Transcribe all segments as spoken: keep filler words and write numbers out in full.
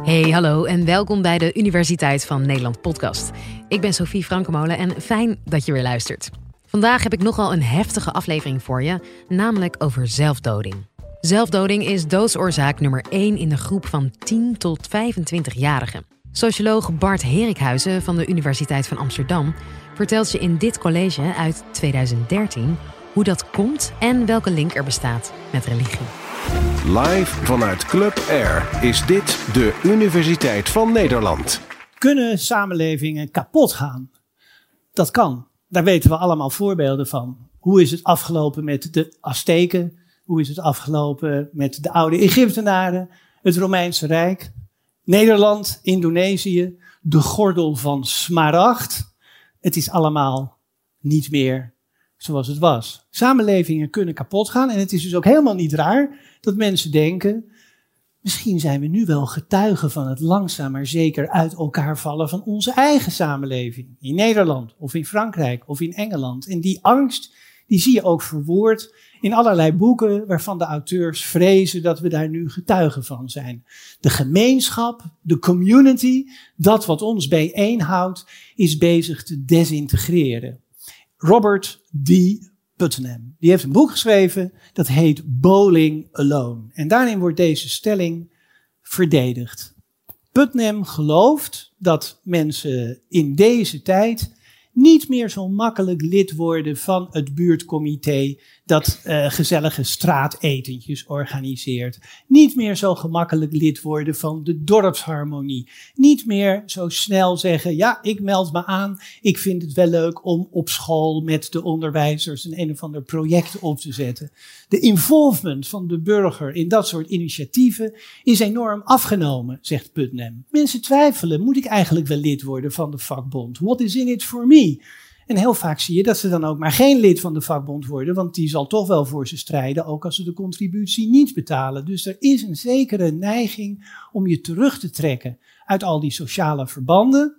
Hey, hallo en welkom bij de Universiteit van Nederland podcast. Ik ben Sophie Frankemolen en fijn dat je weer luistert. Vandaag heb ik nogal een heftige aflevering voor je, namelijk over zelfdoding. Zelfdoding is doodsoorzaak nummer één in de groep van tien tot vijfentwintig-jarigen. Socioloog Bart Herikhuizen van de Universiteit van Amsterdam vertelt je in dit college uit tweeduizend dertien hoe dat komt en welke link er bestaat met religie. Live vanuit Club Air is dit de Universiteit van Nederland. Kunnen samenlevingen kapot gaan? Dat kan. Daar weten we allemaal voorbeelden van. Hoe is het afgelopen met de Azteken? Hoe is het afgelopen met de oude Egyptenaren? Het Romeinse Rijk? Nederland, Indonesië, de gordel van Smaragd. Het is allemaal niet meer zoals het was. Samenlevingen kunnen kapot gaan en het is dus ook helemaal niet raar dat mensen denken, misschien zijn we nu wel getuigen van het langzaam maar zeker uit elkaar vallen van onze eigen samenleving. In Nederland of in Frankrijk of in Engeland. En die angst, die zie je ook verwoord in allerlei boeken waarvan de auteurs vrezen dat we daar nu getuigen van zijn. De gemeenschap, de community, dat wat ons bijeenhoudt, is bezig te desintegreren. Robert D. Putnam, die heeft een boek geschreven dat heet Bowling Alone. En daarin wordt deze stelling verdedigd. Putnam gelooft dat mensen in deze tijd niet meer zo makkelijk lid worden van het buurtcomité dat uh, gezellige straatetentjes organiseert. Niet meer zo gemakkelijk lid worden van de dorpsharmonie. Niet meer zo snel zeggen, ja, ik meld me aan. Ik vind het wel leuk om op school met de onderwijzers een een of ander project op te zetten. De involvement van de burger in dat soort initiatieven is enorm afgenomen, zegt Putnam. Mensen twijfelen, moet ik eigenlijk wel lid worden van de vakbond? What is in it for me? En heel vaak zie je dat ze dan ook maar geen lid van de vakbond worden, want die zal toch wel voor ze strijden, ook als ze de contributie niet betalen. Dus er is een zekere neiging om je terug te trekken uit al die sociale verbanden.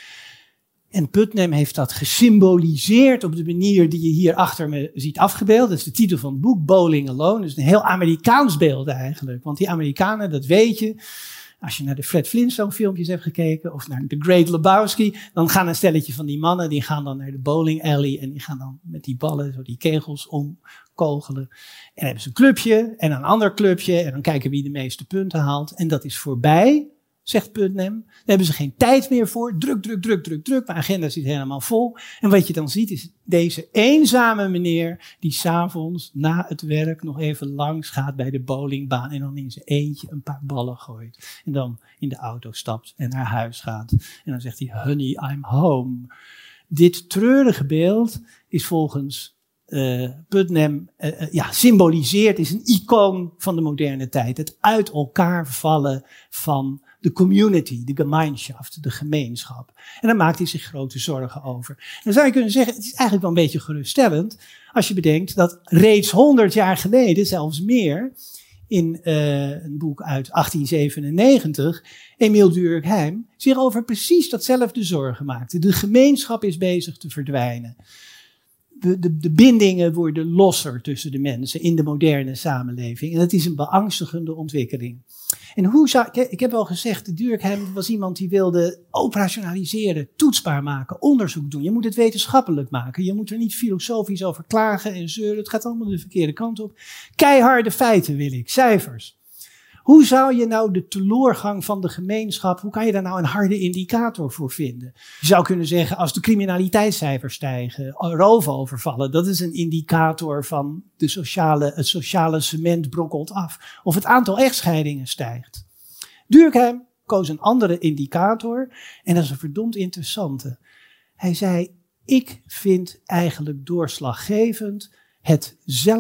En Putnam heeft dat gesymboliseerd op de manier die je hier achter me ziet afgebeeld. Dat is de titel van het boek, Bowling Alone. Dat is een heel Amerikaans beeld eigenlijk, want die Amerikanen, dat weet je. Als je naar de Fred Flintstone filmpjes hebt gekeken of naar The Great Lebowski, dan gaan een stelletje van die mannen, die gaan dan naar de bowling alley en die gaan dan met die ballen, zo die kegels omkogelen. En dan hebben ze een clubje en een ander clubje en dan kijken wie de meeste punten haalt. En dat is voorbij, zegt Putnam. Daar hebben ze geen tijd meer voor. Druk, druk, druk, druk, druk. Mijn agenda zit helemaal vol. En wat je dan ziet is deze eenzame meneer die 's avonds na het werk nog even langs gaat bij de bowlingbaan en dan in zijn eentje een paar ballen gooit. En dan in de auto stapt en naar huis gaat. En dan zegt hij, honey, I'm home. Dit treurige beeld is volgens Uh, Putnam uh, uh, ja, symboliseert, is een icoon van de moderne tijd. Het uit elkaar vallen van de community, de Gemeinschaft, de gemeenschap. En daar maakt hij zich grote zorgen over. En dan zou je kunnen zeggen, het is eigenlijk wel een beetje geruststellend als je bedenkt dat reeds honderd jaar geleden, zelfs meer, in uh, een boek uit achttien zevenennegentig, Emile Durkheim zich over precies datzelfde zorgen maakte. De gemeenschap is bezig te verdwijnen. De, de, de bindingen worden losser tussen de mensen in de moderne samenleving. En dat is een beangstigende ontwikkeling. En hoe zou, ik, ik heb al gezegd, Durkheim was iemand die wilde operationaliseren, toetsbaar maken, onderzoek doen. Je moet het wetenschappelijk maken. Je moet er niet filosofisch over klagen en zeuren. Het gaat allemaal de verkeerde kant op. Keiharde feiten wil ik, cijfers. Hoe zou je nou de teloorgang van de gemeenschap, hoe kan je daar nou een harde indicator voor vinden? Je zou kunnen zeggen, als de criminaliteitscijfers stijgen, roofovervallen, dat is een indicator van de sociale, het sociale cement brokkelt af. Of het aantal echtscheidingen stijgt. Durkheim koos een andere indicator en dat is een verdomd interessante. Hij zei, ik vind eigenlijk doorslaggevend het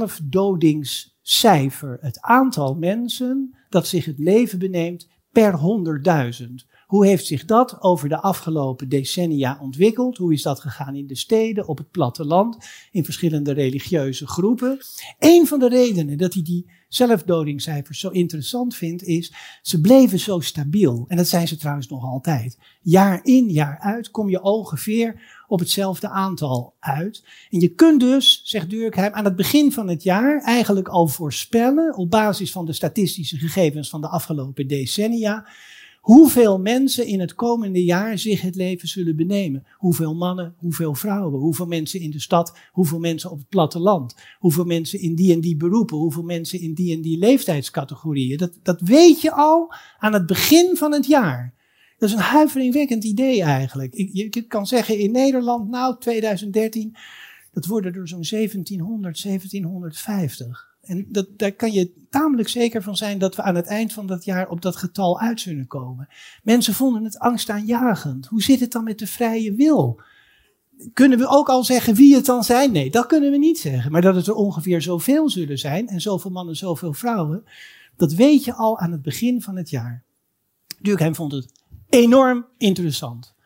zelfdodingscijfer, het aantal mensen dat zich het leven beneemt per honderdduizend. Hoe heeft zich dat over de afgelopen decennia ontwikkeld? Hoe is dat gegaan in de steden, op het platteland, in verschillende religieuze groepen? Een van de redenen dat hij die zelfdodingscijfers zo interessant vindt is, ze bleven zo stabiel. En dat zijn ze trouwens nog altijd. Jaar in, jaar uit kom je ongeveer op hetzelfde aantal uit. En je kunt dus, zegt Durkheim, aan het begin van het jaar eigenlijk al voorspellen, op basis van de statistische gegevens van de afgelopen decennia, hoeveel mensen in het komende jaar zich het leven zullen benemen. Hoeveel mannen, hoeveel vrouwen, hoeveel mensen in de stad, hoeveel mensen op het platteland. Hoeveel mensen in die en die beroepen, hoeveel mensen in die en die leeftijdscategorieën. Dat, dat weet je al aan het begin van het jaar. Dat is een huiveringwekkend idee eigenlijk. Ik, je, je kan zeggen in Nederland, nou twintig dertien, dat worden er zo'n zeventienhonderd, zeventienhonderdvijftig. En dat, daar kan je tamelijk zeker van zijn dat we aan het eind van dat jaar op dat getal uit zullen komen. Mensen vonden het angstaanjagend. Hoe zit het dan met de vrije wil? Kunnen we ook al zeggen wie het dan zijn? Nee, dat kunnen we niet zeggen. Maar dat het er ongeveer zoveel zullen zijn en zoveel mannen, zoveel vrouwen, dat weet je al aan het begin van het jaar. Durkheim vond het enorm interessant.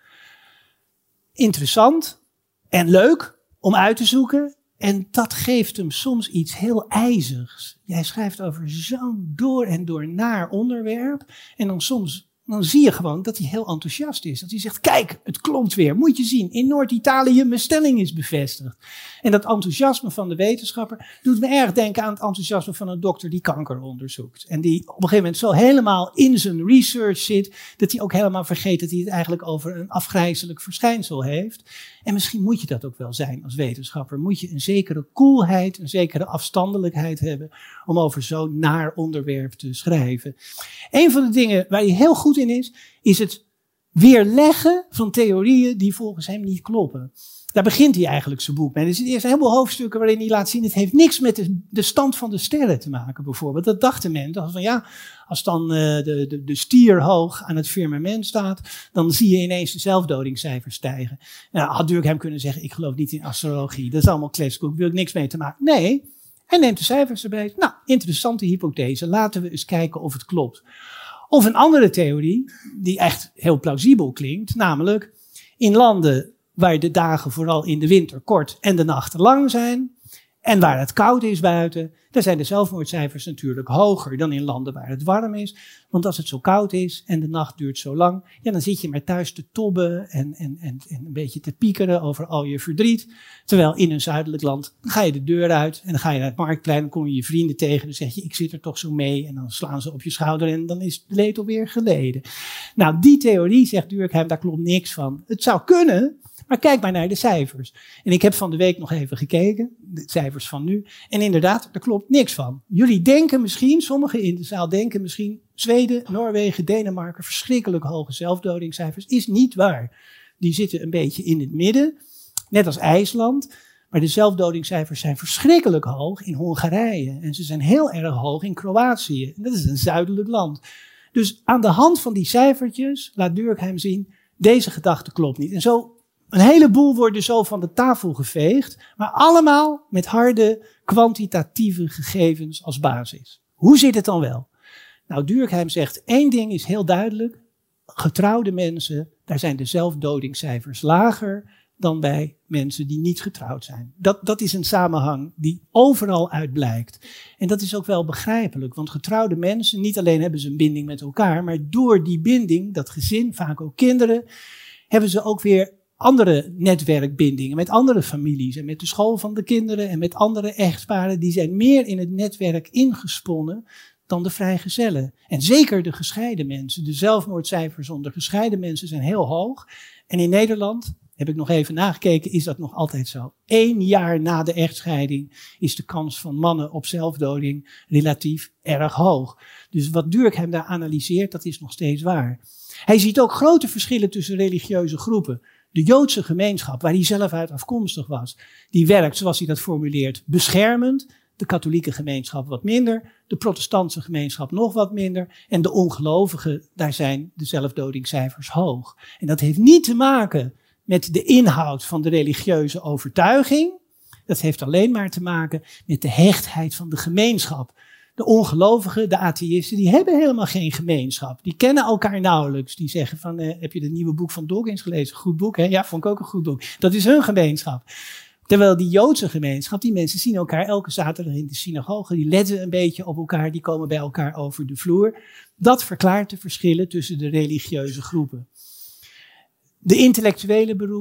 Interessant en leuk om uit te zoeken. En dat geeft hem soms iets heel ijzigs. Jij schrijft over zo'n door en door naar onderwerp. En dan soms dan zie je gewoon dat hij heel enthousiast is. Dat hij zegt, kijk, het klopt weer. Moet je zien, in Noord-Italië mijn stelling is bevestigd. En dat enthousiasme van de wetenschapper doet me erg denken aan het enthousiasme van een dokter die kanker onderzoekt. En die op een gegeven moment zo helemaal in zijn research zit, dat hij ook helemaal vergeet dat hij het eigenlijk over een afgrijzelijk verschijnsel heeft. En misschien moet je dat ook wel zijn als wetenschapper. Moet je een zekere koelheid, een zekere afstandelijkheid hebben om over zo'n naar onderwerp te schrijven. Een van de dingen waar hij heel goed in is, is het weerleggen van theorieën die volgens hem niet kloppen. Daar begint hij eigenlijk zijn boek mee. Er zitten eerst een heleboel hoofdstukken waarin hij laat zien, het heeft niks met de, de stand van de sterren te maken bijvoorbeeld. Dat dachten men. Dat van ja, als dan uh, de, de, de stier hoog aan het firmament staat, dan zie je ineens de zelfdodingscijfers stijgen. Nou, had Durkheim kunnen zeggen, ik geloof niet in astrologie. Dat is allemaal kletskoek, wil ik niks mee te maken. Nee, hij neemt de cijfers erbij. Nou, interessante hypothese. Laten we eens kijken of het klopt. Of een andere theorie, die echt heel plausibel klinkt, namelijk in landen waar de dagen vooral in de winter kort en de nachten lang zijn, en waar het koud is buiten, daar zijn de zelfmoordcijfers natuurlijk hoger dan in landen waar het warm is. Want als het zo koud is en de nacht duurt zo lang, ja, dan zit je maar thuis te tobben en, en, en, en een beetje te piekeren over al je verdriet. Terwijl in een zuidelijk land, dan ga je de deur uit en dan ga je naar het marktplein, dan kom je je vrienden tegen, dan zeg je, ik zit er toch zo mee, en dan slaan ze op je schouder en dan is het leed alweer geleden. Nou, die theorie, zegt Durkheim, daar klopt niks van. Het zou kunnen, maar kijk maar naar de cijfers. En ik heb van de week nog even gekeken, de cijfers van nu. En inderdaad, er klopt niks van. Jullie denken misschien, sommigen in de zaal denken misschien, Zweden, Noorwegen, Denemarken, verschrikkelijk hoge zelfdodingscijfers. Is niet waar. Die zitten een beetje in het midden, net als IJsland. Maar de zelfdodingscijfers zijn verschrikkelijk hoog in Hongarije. En ze zijn heel erg hoog in Kroatië. En dat is een zuidelijk land. Dus aan de hand van die cijfertjes laat Durkheim zien, deze gedachte klopt niet. En zo een heleboel worden zo van de tafel geveegd, maar allemaal met harde kwantitatieve gegevens als basis. Hoe zit het dan wel? Nou, Durkheim zegt, één ding is heel duidelijk. Getrouwde mensen, daar zijn de zelfdodingscijfers lager dan bij mensen die niet getrouwd zijn. Dat, dat is een samenhang die overal uit blijkt. En dat is ook wel begrijpelijk, want getrouwde mensen, niet alleen hebben ze een binding met elkaar, maar door die binding, dat gezin, vaak ook kinderen, hebben ze ook weer andere netwerkbindingen met andere families en met de school van de kinderen en met andere echtparen. Die zijn meer in het netwerk ingesponnen dan de vrijgezellen. En zeker de gescheiden mensen. De zelfmoordcijfers onder gescheiden mensen zijn heel hoog. En in Nederland, heb ik nog even nagekeken, is dat nog altijd zo. Eén jaar na de echtscheiding is de kans van mannen op zelfdoding relatief erg hoog. Dus wat Durkheim daar analyseert, dat is nog steeds waar. Hij ziet ook grote verschillen tussen religieuze groepen. De Joodse gemeenschap, waar hij zelf uit afkomstig was, die werkt, zoals hij dat formuleert, beschermend. De katholieke gemeenschap wat minder, de protestantse gemeenschap nog wat minder. En de ongelovigen, daar zijn de zelfdodingscijfers hoog. En dat heeft niet te maken met de inhoud van de religieuze overtuiging. Dat heeft alleen maar te maken met de hechtheid van de gemeenschap. De ongelovigen, de atheïsten, die hebben helemaal geen gemeenschap. Die kennen elkaar nauwelijks. Die zeggen van, uh, heb je het nieuwe boek van Dawkins gelezen? Goed boek, hè? Ja, vond ik ook een goed boek. Dat is hun gemeenschap. Terwijl die Joodse gemeenschap, die mensen zien elkaar elke zaterdag in de synagoge. Die letten een beetje op elkaar, die komen bij elkaar over de vloer. Dat verklaart de verschillen tussen de religieuze groepen. De intellectuele beroepen,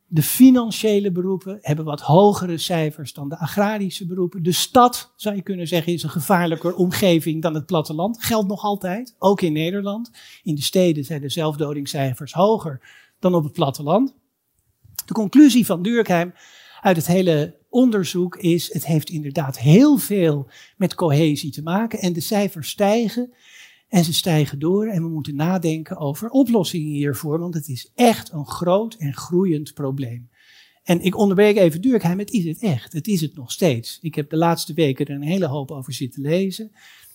De financiële beroepen hebben wat hogere cijfers dan de agrarische beroepen. De stad, zou je kunnen zeggen, is een gevaarlijker omgeving dan het platteland. Geldt nog altijd, ook in Nederland. In de steden zijn de zelfdodingscijfers hoger dan op het platteland. De conclusie van Durkheim uit het hele onderzoek is, het heeft inderdaad heel veel met cohesie te maken. En de cijfers stijgen en ze stijgen door. En we moeten nadenken over oplossingen hiervoor, want het is echt een groot en groeiend probleem. En ik onderbreek even Durkheim, het is het echt. Het is het nog steeds. Ik heb de laatste weken er een hele hoop over zitten lezen.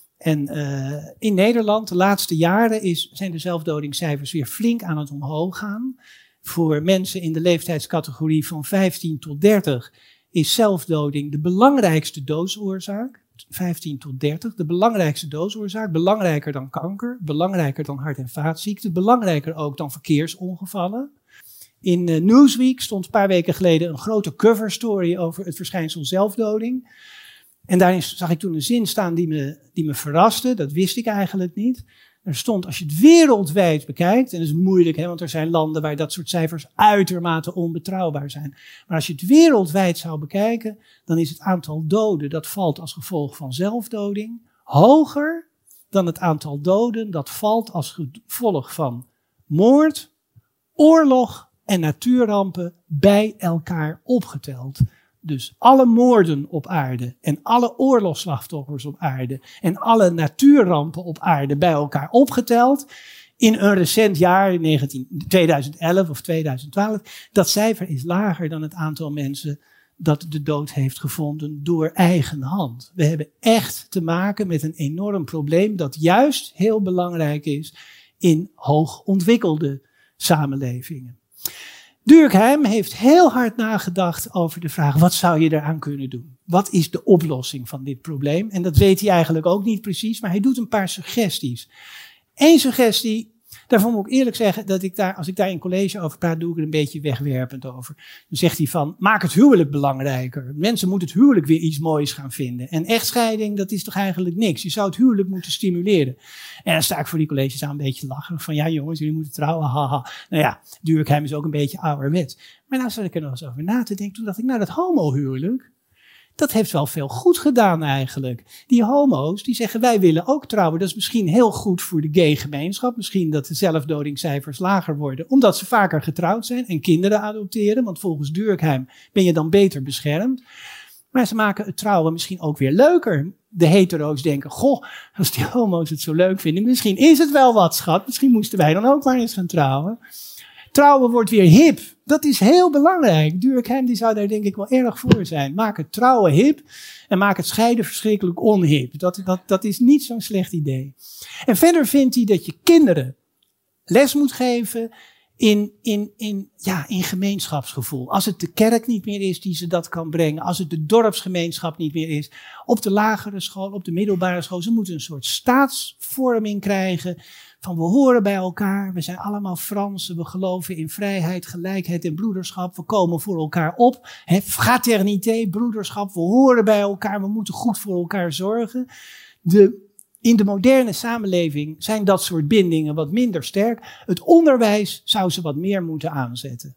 En uh, in Nederland, de laatste jaren, is, zijn de zelfdodingscijfers weer flink aan het omhoog gaan. Voor mensen in de leeftijdscategorie van vijftien tot dertig is zelfdoding de belangrijkste doodsoorzaak. vijftien tot dertig, de belangrijkste doodsoorzaak. Belangrijker dan kanker, belangrijker dan hart- en vaatziekten, belangrijker ook dan verkeersongevallen. In uh, Newsweek stond een paar weken geleden een grote coverstory over het verschijnsel zelfdoding. En daarin zag ik toen een zin staan die me, die me verraste, dat wist ik eigenlijk niet. Er stond, als je het wereldwijd bekijkt, en dat is moeilijk, hè, want er zijn landen waar dat soort cijfers uitermate onbetrouwbaar zijn. Maar als je het wereldwijd zou bekijken, dan is het aantal doden dat valt als gevolg van zelfdoding hoger dan het aantal doden dat valt als gevolg van moord, oorlog en natuurrampen bij elkaar opgeteld. Dus alle moorden op aarde en alle oorlogsslachtoffers op aarde en alle natuurrampen op aarde bij elkaar opgeteld in een recent jaar, in tweeduizend elf of tweeduizend twaalf, dat cijfer is lager dan het aantal mensen dat de dood heeft gevonden door eigen hand. We hebben echt te maken met een enorm probleem dat juist heel belangrijk is in hoogontwikkelde samenlevingen. Durkheim heeft heel hard nagedacht over de vraag, wat zou je eraan kunnen doen? Wat is de oplossing van dit probleem? En dat weet hij eigenlijk ook niet precies, maar hij doet een paar suggesties. Eén suggestie, daarvan moet ik eerlijk zeggen, dat ik daar, als ik daar in college over praat, doe ik er een beetje wegwerpend over. Dan zegt hij van, maak het huwelijk belangrijker. Mensen moeten het huwelijk weer iets moois gaan vinden. En echtscheiding, dat is toch eigenlijk niks. Je zou het huwelijk moeten stimuleren. En dan sta ik voor die colleges aan een beetje lachen. Van ja jongens, jullie moeten trouwen, haha. Nou ja, Durkheim is ook een beetje ouderwets. Maar nou zat ik er nog eens over na te denken. Toen dacht ik, nou dat homohuwelijk, dat heeft wel veel goed gedaan eigenlijk. Die homo's die zeggen wij willen ook trouwen. Dat is misschien heel goed voor de gay gemeenschap. Misschien dat de zelfdodingscijfers lager worden. Omdat ze vaker getrouwd zijn en kinderen adopteren. Want volgens Durkheim ben je dan beter beschermd. Maar ze maken het trouwen misschien ook weer leuker. De hetero's denken, goh, als die homo's het zo leuk vinden. Misschien is het wel wat, schat. Misschien moesten wij dan ook maar eens gaan trouwen. Trouwen wordt weer hip. Dat is heel belangrijk. Durkheim die zou daar denk ik wel erg voor zijn. Maak het trouwen hip en maak het scheiden verschrikkelijk onhip. Dat, dat, dat is niet zo'n slecht idee. En verder vindt hij dat je kinderen les moet geven in, in, in, ja, in gemeenschapsgevoel. Als het de kerk niet meer is die ze dat kan brengen. Als het de dorpsgemeenschap niet meer is. Op de lagere school, op de middelbare school. Ze moeten een soort staatsvorming krijgen. Van we horen bij elkaar, we zijn allemaal Fransen, we geloven in vrijheid, gelijkheid en broederschap. We komen voor elkaar op. He, fraternité, broederschap, we horen bij elkaar, we moeten goed voor elkaar zorgen. De, in de moderne samenleving zijn dat soort bindingen wat minder sterk. Het onderwijs zou ze wat meer moeten aanzetten.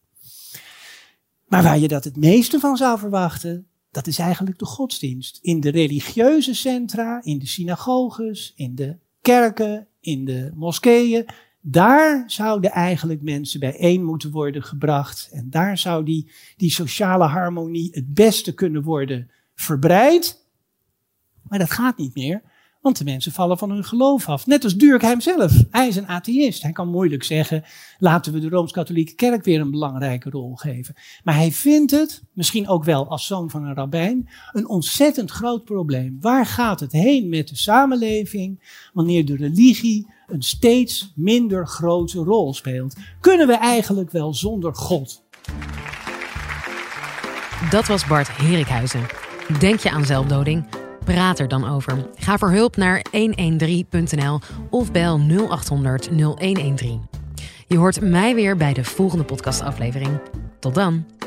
Maar waar je dat het meeste van zou verwachten, dat is eigenlijk de godsdienst. In de religieuze centra, in de synagoges, in de kerken, in de moskeeën, daar zouden eigenlijk mensen bijeen moeten worden gebracht. En daar zou die, die sociale harmonie het beste kunnen worden verbreid. Maar dat gaat niet meer, want de mensen vallen van hun geloof af. Net als Durkheim zelf. Hij is een atheïst. Hij kan moeilijk zeggen, laten we de Rooms-Katholieke Kerk weer een belangrijke rol geven. Maar hij vindt het, misschien ook wel als zoon van een rabbijn, een ontzettend groot probleem. Waar gaat het heen met de samenleving wanneer de religie een steeds minder grote rol speelt? Kunnen we eigenlijk wel zonder God? Dat was Bart Herikhuizen. Denk je aan zelfdoding? Praat er dan over. Ga voor hulp naar honderddertien punt n l of bel nul acht honderd nul een een drie. Je hoort mij weer bij de volgende podcastaflevering. Tot dan.